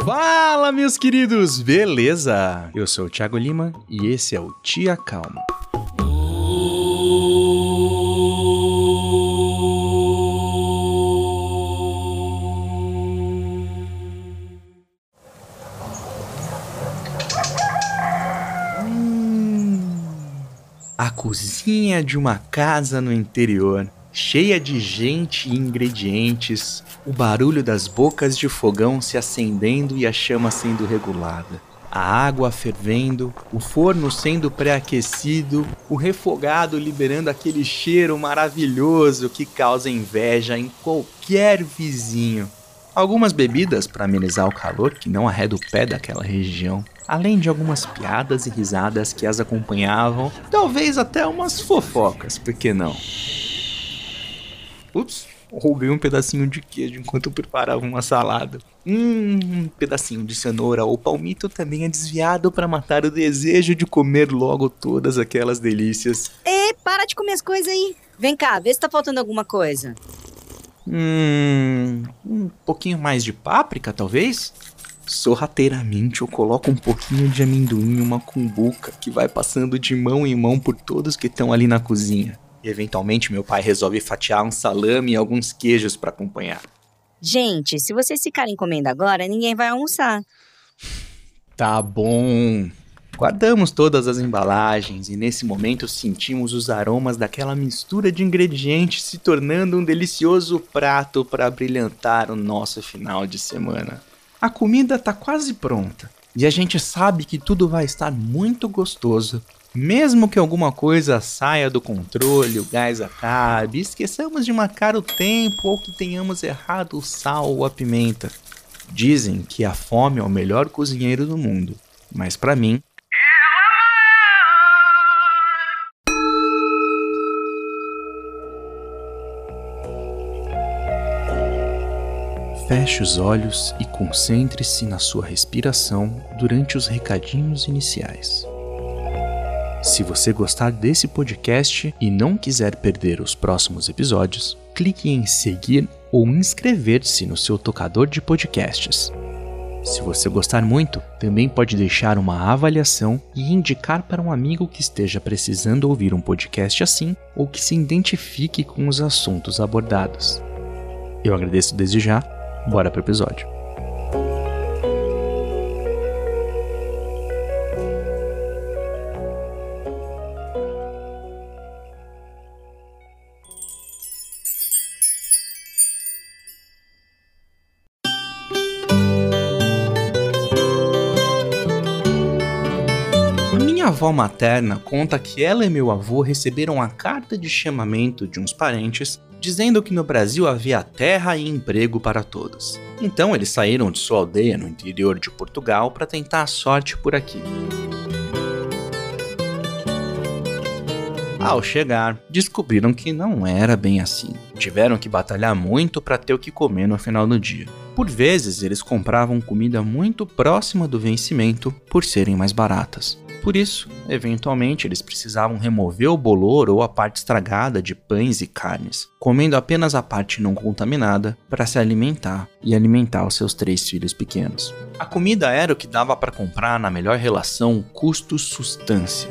Fala, meus queridos, beleza? Eu sou o Thiago Lima e esse é o Tia Calma. A cozinha de uma casa no interior, cheia de gente e ingredientes, o barulho das bocas de fogão se acendendo e a chama sendo regulada, a água fervendo, o forno sendo pré-aquecido, o refogado liberando aquele cheiro maravilhoso que causa inveja em qualquer vizinho. Algumas bebidas para amenizar o calor que não arreda o pé daquela região, além de algumas piadas e risadas que as acompanhavam, talvez até umas fofocas, por que não? Ups, roubei um pedacinho de queijo enquanto eu preparava uma salada. Um pedacinho de cenoura ou palmito também é desviado para matar o desejo de comer logo todas aquelas delícias. Ei, para de comer as coisas aí. Vem cá, vê se tá faltando alguma coisa. Um pouquinho mais de páprica, talvez? Sorrateiramente eu coloco um pouquinho de amendoim em uma cumbuca que vai passando de mão em mão por todos que estão ali na cozinha. E eventualmente meu pai resolve fatiar um salame e alguns queijos para acompanhar. Gente, se vocês ficarem comendo agora, ninguém vai almoçar. Tá bom. Guardamos todas as embalagens e nesse momento sentimos os aromas daquela mistura de ingredientes se tornando um delicioso prato para brilhantar o nosso final de semana. A comida tá quase pronta e a gente sabe que tudo vai estar muito gostoso. Mesmo que alguma coisa saia do controle, o gás acabe, esqueçamos de marcar o tempo ou que tenhamos errado o sal ou a pimenta. Dizem que a fome é o melhor cozinheiro do mundo, mas pra mim... Feche os olhos e concentre-se na sua respiração durante os recadinhos iniciais. Se você gostar desse podcast e não quiser perder os próximos episódios, clique em seguir ou inscrever-se no seu tocador de podcasts. Se você gostar muito, também pode deixar uma avaliação e indicar para um amigo que esteja precisando ouvir um podcast assim ou que se identifique com os assuntos abordados. Eu agradeço desde já. Bora pro episódio. Minha avó materna conta que ela e meu avô receberam a carta de chamamento de uns parentes dizendo que no Brasil havia terra e emprego para todos. Então eles saíram de sua aldeia no interior de Portugal para tentar a sorte por aqui. Ao chegar, descobriram que não era bem assim. Tiveram que batalhar muito para ter o que comer no final do dia. Por vezes, eles compravam comida muito próxima do vencimento por serem mais baratas. Por isso, eventualmente, eles precisavam remover o bolor ou a parte estragada de pães e carnes, comendo apenas a parte não contaminada para se alimentar e alimentar os seus 3 filhos pequenos. A comida era o que dava para comprar na melhor relação custo-sustância.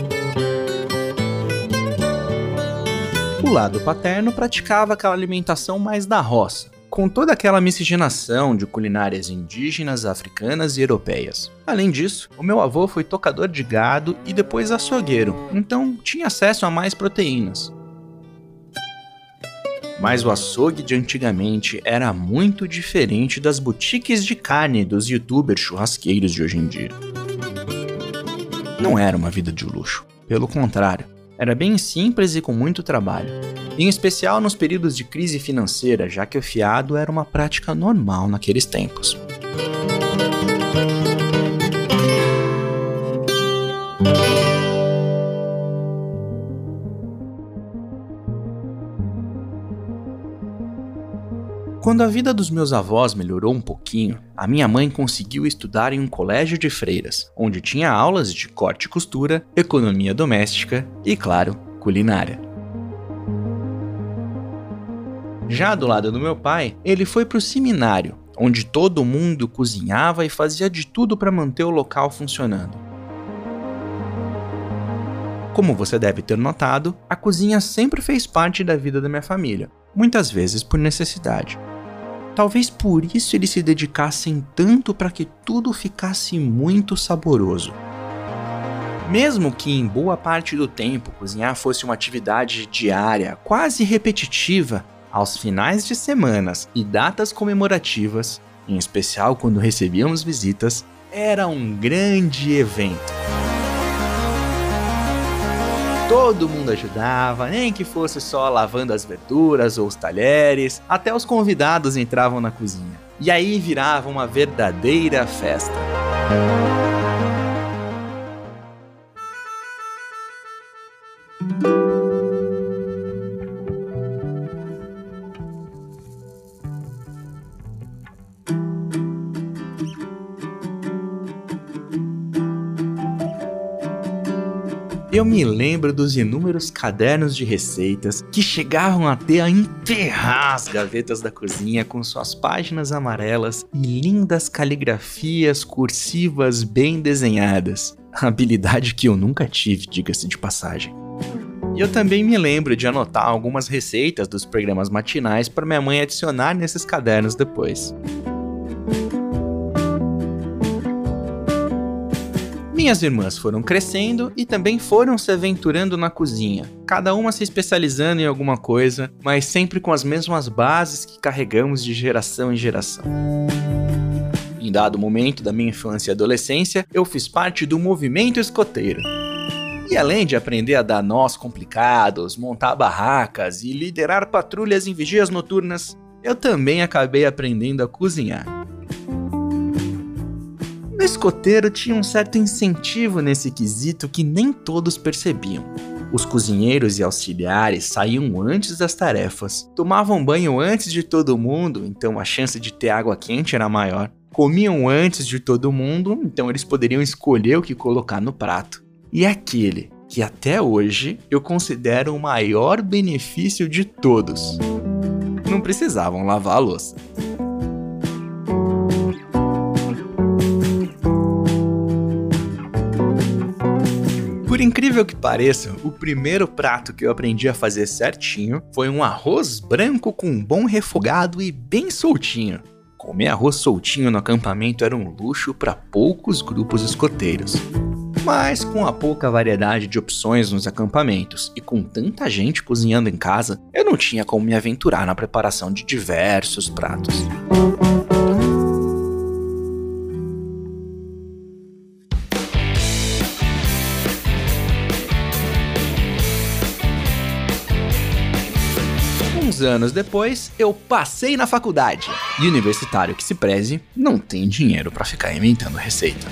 O lado paterno praticava aquela alimentação mais da roça, com toda aquela miscigenação de culinárias indígenas, africanas e europeias. Além disso, o meu avô foi tocador de gado e depois açougueiro, então tinha acesso a mais proteínas. Mas o açougue de antigamente era muito diferente das boutiques de carne dos youtubers churrasqueiros de hoje em dia. Não era uma vida de luxo, pelo contrário. Era bem simples e com muito trabalho, em especial nos períodos de crise financeira, já que o fiado era uma prática normal naqueles tempos. Quando a vida dos meus avós melhorou um pouquinho, a minha mãe conseguiu estudar em um colégio de freiras, onde tinha aulas de corte e costura, economia doméstica e, claro, culinária. Já do lado do meu pai, ele foi para o seminário, onde todo mundo cozinhava e fazia de tudo para manter o local funcionando. Como você deve ter notado, a cozinha sempre fez parte da vida da minha família, muitas vezes por necessidade. Talvez por isso eles se dedicassem tanto para que tudo ficasse muito saboroso. Mesmo que em boa parte do tempo cozinhar fosse uma atividade diária, quase repetitiva, aos finais de semanas e datas comemorativas, em especial quando recebíamos visitas, era um grande evento. Todo mundo ajudava, nem que fosse só lavando as verduras ou os talheres, até os convidados entravam na cozinha. E aí virava uma verdadeira festa. Eu me lembro dos inúmeros cadernos de receitas que chegavam até a enterrar as gavetas da cozinha com suas páginas amarelas e lindas caligrafias cursivas bem desenhadas. Habilidade que eu nunca tive, diga-se de passagem. E eu também me lembro de anotar algumas receitas dos programas matinais para minha mãe adicionar nesses cadernos depois. Minhas irmãs foram crescendo e também foram se aventurando na cozinha, cada uma se especializando em alguma coisa, mas sempre com as mesmas bases que carregamos de geração em geração. Em dado momento da minha infância e adolescência, eu fiz parte do movimento escoteiro. E além de aprender a dar nós complicados, montar barracas e liderar patrulhas em vigias noturnas, eu também acabei aprendendo a cozinhar. No escoteiro tinha um certo incentivo nesse quesito que nem todos percebiam. Os cozinheiros e auxiliares saíam antes das tarefas, tomavam banho antes de todo mundo, então a chance de ter água quente era maior. Comiam antes de todo mundo, então eles poderiam escolher o que colocar no prato. E aquele que até hoje eu considero o maior benefício de todos: não precisavam lavar a louça. Por incrível que pareça, o primeiro prato que eu aprendi a fazer certinho foi um arroz branco com um bom refogado e bem soltinho. Comer arroz soltinho no acampamento era um luxo para poucos grupos escoteiros. Mas com a pouca variedade de opções nos acampamentos e com tanta gente cozinhando em casa, eu não tinha como me aventurar na preparação de diversos pratos. Uns anos depois, eu passei na faculdade. E universitário que se preze, não tem dinheiro pra ficar inventando receita.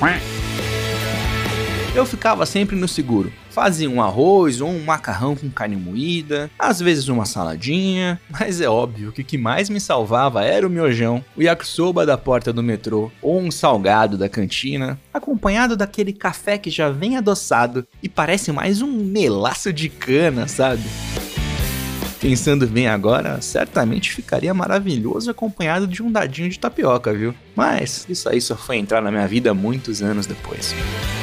Eu ficava sempre no seguro. Fazia um arroz ou um macarrão com carne moída, às vezes uma saladinha, mas é óbvio que o que mais me salvava era o miojão, o yakisoba da porta do metrô ou um salgado da cantina, acompanhado daquele café que já vem adoçado e parece mais um melaço de cana, sabe? Pensando bem agora, certamente ficaria maravilhoso acompanhado de um dadinho de tapioca, viu? Mas isso aí só foi entrar na minha vida muitos anos depois.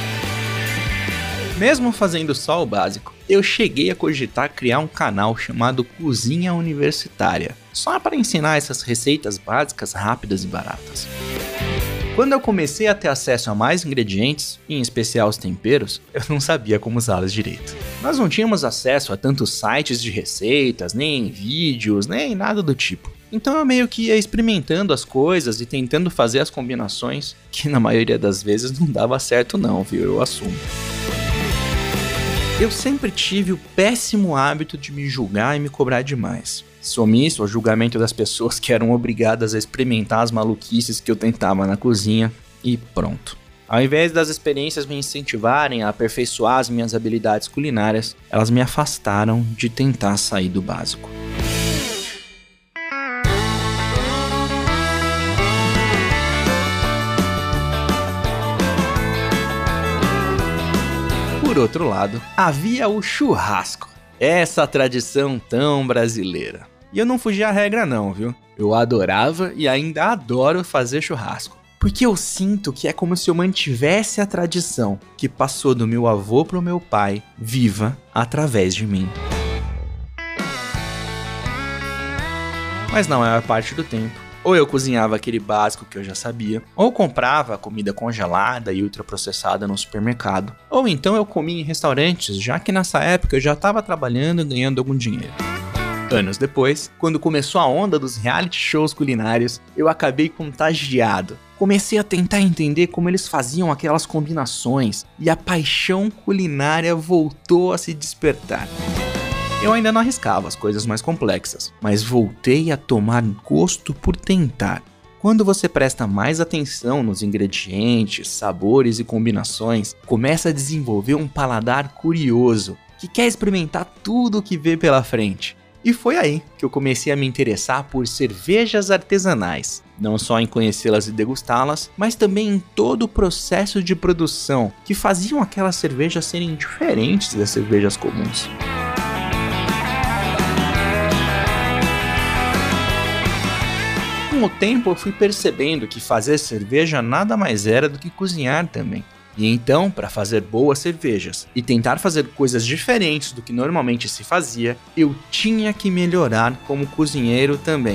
Mesmo fazendo só o básico, eu cheguei a cogitar criar um canal chamado Cozinha Universitária, só para ensinar essas receitas básicas rápidas e baratas. Quando eu comecei a ter acesso a mais ingredientes, em especial os temperos, eu não sabia como usá-los direito. Nós não tínhamos acesso a tantos sites de receitas, nem vídeos, nem nada do tipo. Então eu meio que ia experimentando as coisas e tentando fazer as combinações, que na maioria das vezes não dava certo não, viu? Eu assumo. Eu sempre tive o péssimo hábito de me julgar e me cobrar demais. Somisso ao julgamento das pessoas que eram obrigadas a experimentar as maluquices que eu tentava na cozinha e pronto. Ao invés das experiências me incentivarem a aperfeiçoar as minhas habilidades culinárias, elas me afastaram de tentar sair do básico. Por outro lado, havia o churrasco, essa tradição tão brasileira. E eu não fugi à regra não, viu? Eu adorava e ainda adoro fazer churrasco, porque eu sinto que é como se eu mantivesse a tradição que passou do meu avô pro meu pai, viva através de mim. Mas na maior parte do tempo, ou eu cozinhava aquele básico que eu já sabia, ou comprava comida congelada e ultraprocessada no supermercado, ou então eu comia em restaurantes, já que nessa época eu já estava trabalhando e ganhando algum dinheiro. Anos depois, quando começou a onda dos reality shows culinários, eu acabei contagiado. Comecei a tentar entender como eles faziam aquelas combinações e a paixão culinária voltou a se despertar. Eu ainda não arriscava as coisas mais complexas, mas voltei a tomar gosto por tentar. Quando você presta mais atenção nos ingredientes, sabores e combinações, começa a desenvolver um paladar curioso, que quer experimentar tudo o que vê pela frente. E foi aí que eu comecei a me interessar por cervejas artesanais, não só em conhecê-las e degustá-las, mas também em todo o processo de produção, que faziam aquelas cervejas serem diferentes das cervejas comuns. Com o tempo eu fui percebendo que fazer cerveja nada mais era do que cozinhar também. E então, para fazer boas cervejas e tentar fazer coisas diferentes do que normalmente se fazia, eu tinha que melhorar como cozinheiro também.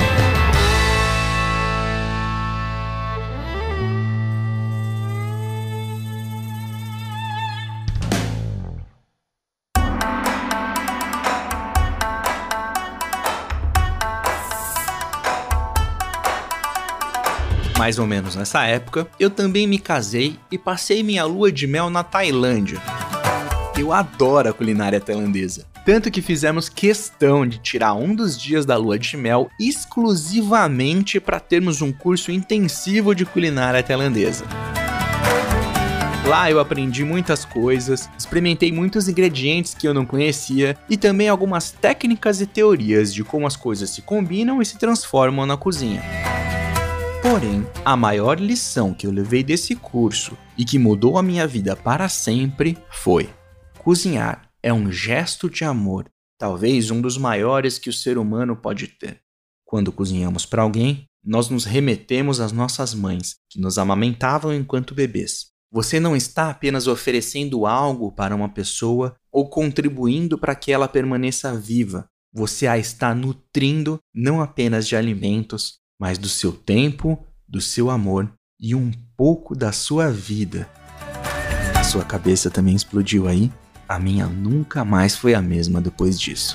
Mais ou menos nessa época, eu também me casei e passei minha lua de mel na Tailândia. Eu adoro a culinária tailandesa, tanto que fizemos questão de tirar um dos dias da lua de mel exclusivamente para termos um curso intensivo de culinária tailandesa. Lá eu aprendi muitas coisas, experimentei muitos ingredientes que eu não conhecia e também algumas técnicas e teorias de como as coisas se combinam e se transformam na cozinha. Porém, a maior lição que eu levei desse curso e que mudou a minha vida para sempre foi: cozinhar é um gesto de amor, talvez um dos maiores que o ser humano pode ter. Quando cozinhamos para alguém, nós nos remetemos às nossas mães, que nos amamentavam enquanto bebês. Você não está apenas oferecendo algo para uma pessoa ou contribuindo para que ela permaneça viva. Você a está nutrindo não apenas de alimentos, mas do seu tempo, do seu amor e um pouco da sua vida. A sua cabeça também explodiu aí? A minha nunca mais foi a mesma depois disso.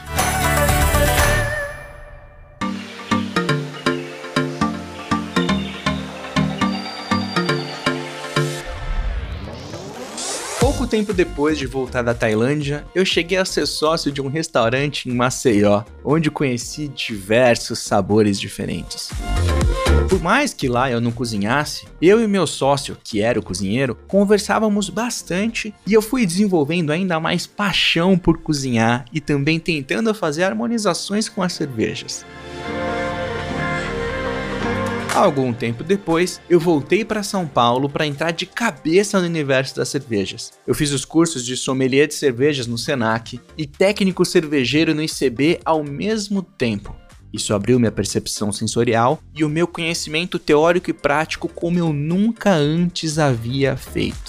Pouco tempo depois de voltar da Tailândia, eu cheguei a ser sócio de um restaurante em Maceió, onde conheci diversos sabores diferentes. Por mais que lá eu não cozinhasse, eu e meu sócio, que era o cozinheiro, conversávamos bastante e eu fui desenvolvendo ainda mais paixão por cozinhar e também tentando fazer harmonizações com as cervejas. Algum tempo depois, eu voltei para São Paulo para entrar de cabeça no universo das cervejas. Eu fiz os cursos de sommelier de cervejas no Senac e técnico cervejeiro no ICB ao mesmo tempo. Isso abriu minha percepção sensorial e o meu conhecimento teórico e prático como eu nunca antes havia feito.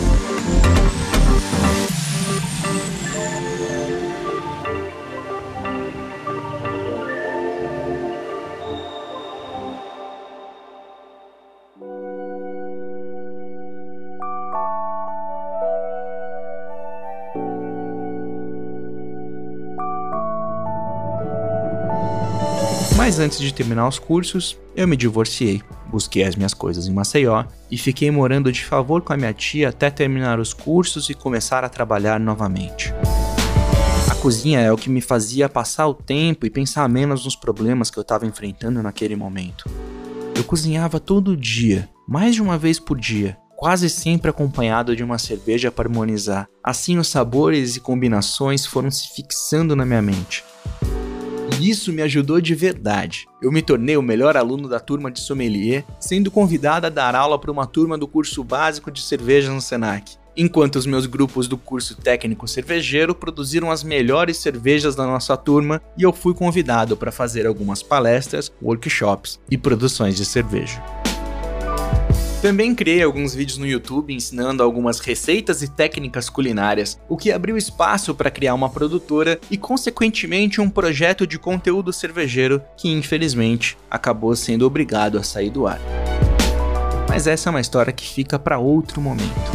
Mas antes de terminar os cursos, eu me divorciei, busquei as minhas coisas em Maceió e fiquei morando de favor com a minha tia até terminar os cursos e começar a trabalhar novamente. A cozinha é o que me fazia passar o tempo e pensar menos nos problemas que eu estava enfrentando naquele momento. Eu cozinhava todo dia, mais de uma vez por dia, quase sempre acompanhado de uma cerveja para harmonizar. Assim os sabores e combinações foram se fixando na minha mente. E isso me ajudou de verdade. Eu me tornei o melhor aluno da turma de sommelier, sendo convidado a dar aula para uma turma do curso básico de cerveja no Senac. enquanto os meus grupos do curso técnico cervejeiro produziram as melhores cervejas da nossa turma e eu fui convidado para fazer algumas palestras, workshops e produções de cerveja. Também criei alguns vídeos no YouTube ensinando algumas receitas e técnicas culinárias, o que abriu espaço para criar uma produtora e, consequentemente, um projeto de conteúdo cervejeiro que, infelizmente, acabou sendo obrigado a sair do ar. Mas essa é uma história que fica para outro momento.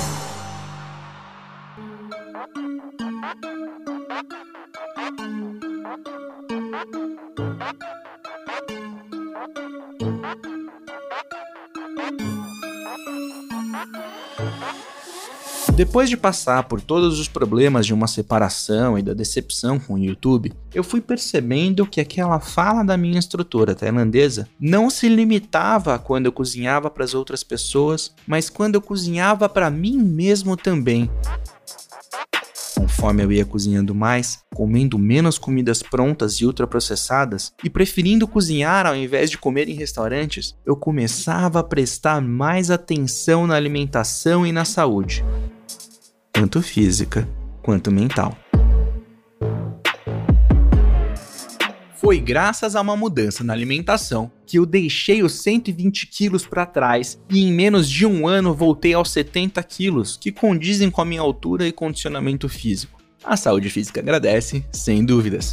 Depois de passar por todos os problemas de uma separação e da decepção com o YouTube, eu fui percebendo que aquela fala da minha instrutora tailandesa não se limitava a quando eu cozinhava para as outras pessoas, mas quando eu cozinhava para mim mesmo também. Conforme eu ia cozinhando mais, comendo menos comidas prontas e ultraprocessadas e preferindo cozinhar ao invés de comer em restaurantes, eu começava a prestar mais atenção na alimentação e na saúde, tanto física quanto mental. Foi graças a uma mudança na alimentação que eu deixei os 120 quilos para trás e em menos de um ano voltei aos 70 quilos, que condizem com a minha altura e condicionamento físico. A saúde física agradece, sem dúvidas.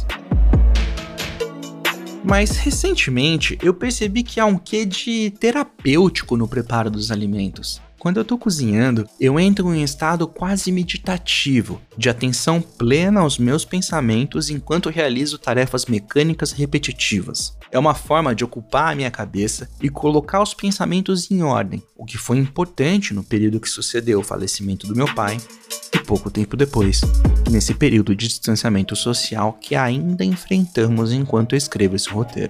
Mas recentemente eu percebi que há um quê de terapêutico no preparo dos alimentos. Quando eu tô cozinhando, eu entro em um estado quase meditativo, de atenção plena aos meus pensamentos enquanto realizo tarefas mecânicas repetitivas. É uma forma de ocupar a minha cabeça e colocar os pensamentos em ordem, o que foi importante no período que sucedeu o falecimento do meu pai e pouco tempo depois, nesse período de distanciamento social que ainda enfrentamos enquanto eu escrevo esse roteiro.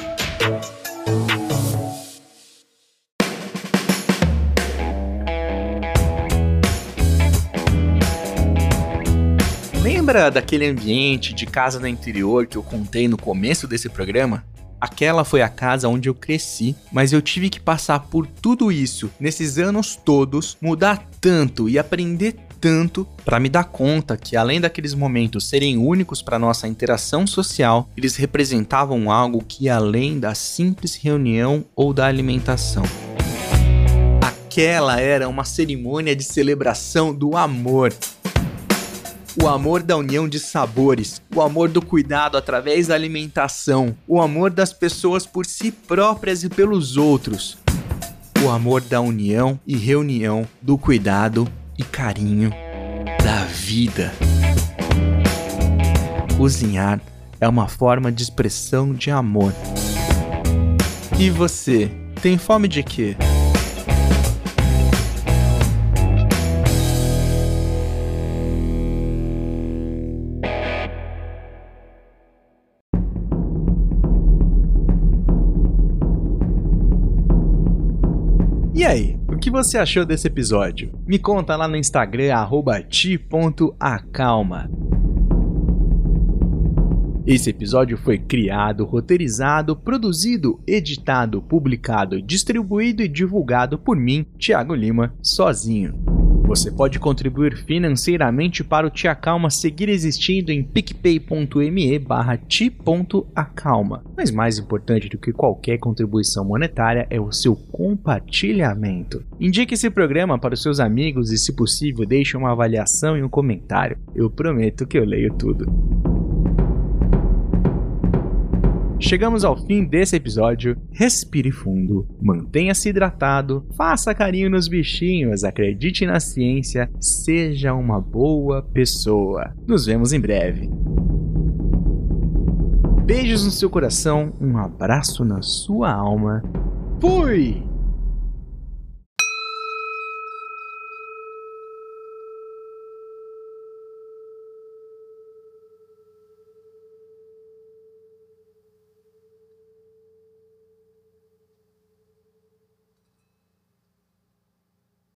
Lembra daquele ambiente de casa no interior que eu contei no começo desse programa? Aquela foi a casa onde eu cresci, mas eu tive que passar por tudo isso, nesses anos todos, mudar tanto e aprender tanto para me dar conta que, além daqueles momentos serem únicos para nossa interação social, eles representavam algo que ia além da simples reunião ou da alimentação. Aquela era uma cerimônia de celebração do amor. O amor da união de sabores, o amor do cuidado através da alimentação, o amor das pessoas por si próprias e pelos outros, o amor da união e reunião, do cuidado e carinho da vida. Cozinhar é uma forma de expressão de amor. E você, tem fome de quê? E aí, o que você achou desse episódio? Me conta lá no Instagram, @ti.acalma. Esse episódio foi criado, roteirizado, produzido, editado, publicado, distribuído e divulgado por mim, Thiago Lima, sozinho. Você pode contribuir financeiramente para o Te Acalma seguir existindo em picpay.me/ti.acalma. Mas mais importante do que qualquer contribuição monetária é o seu compartilhamento. Indique esse programa para os seus amigos e, se possível, deixe uma avaliação e um comentário. Eu prometo que eu leio tudo. Chegamos ao fim desse episódio. Respire fundo, mantenha-se hidratado, faça carinho nos bichinhos, acredite na ciência, seja uma boa pessoa. Nos vemos em breve. Beijos no seu coração, um abraço na sua alma. Fui!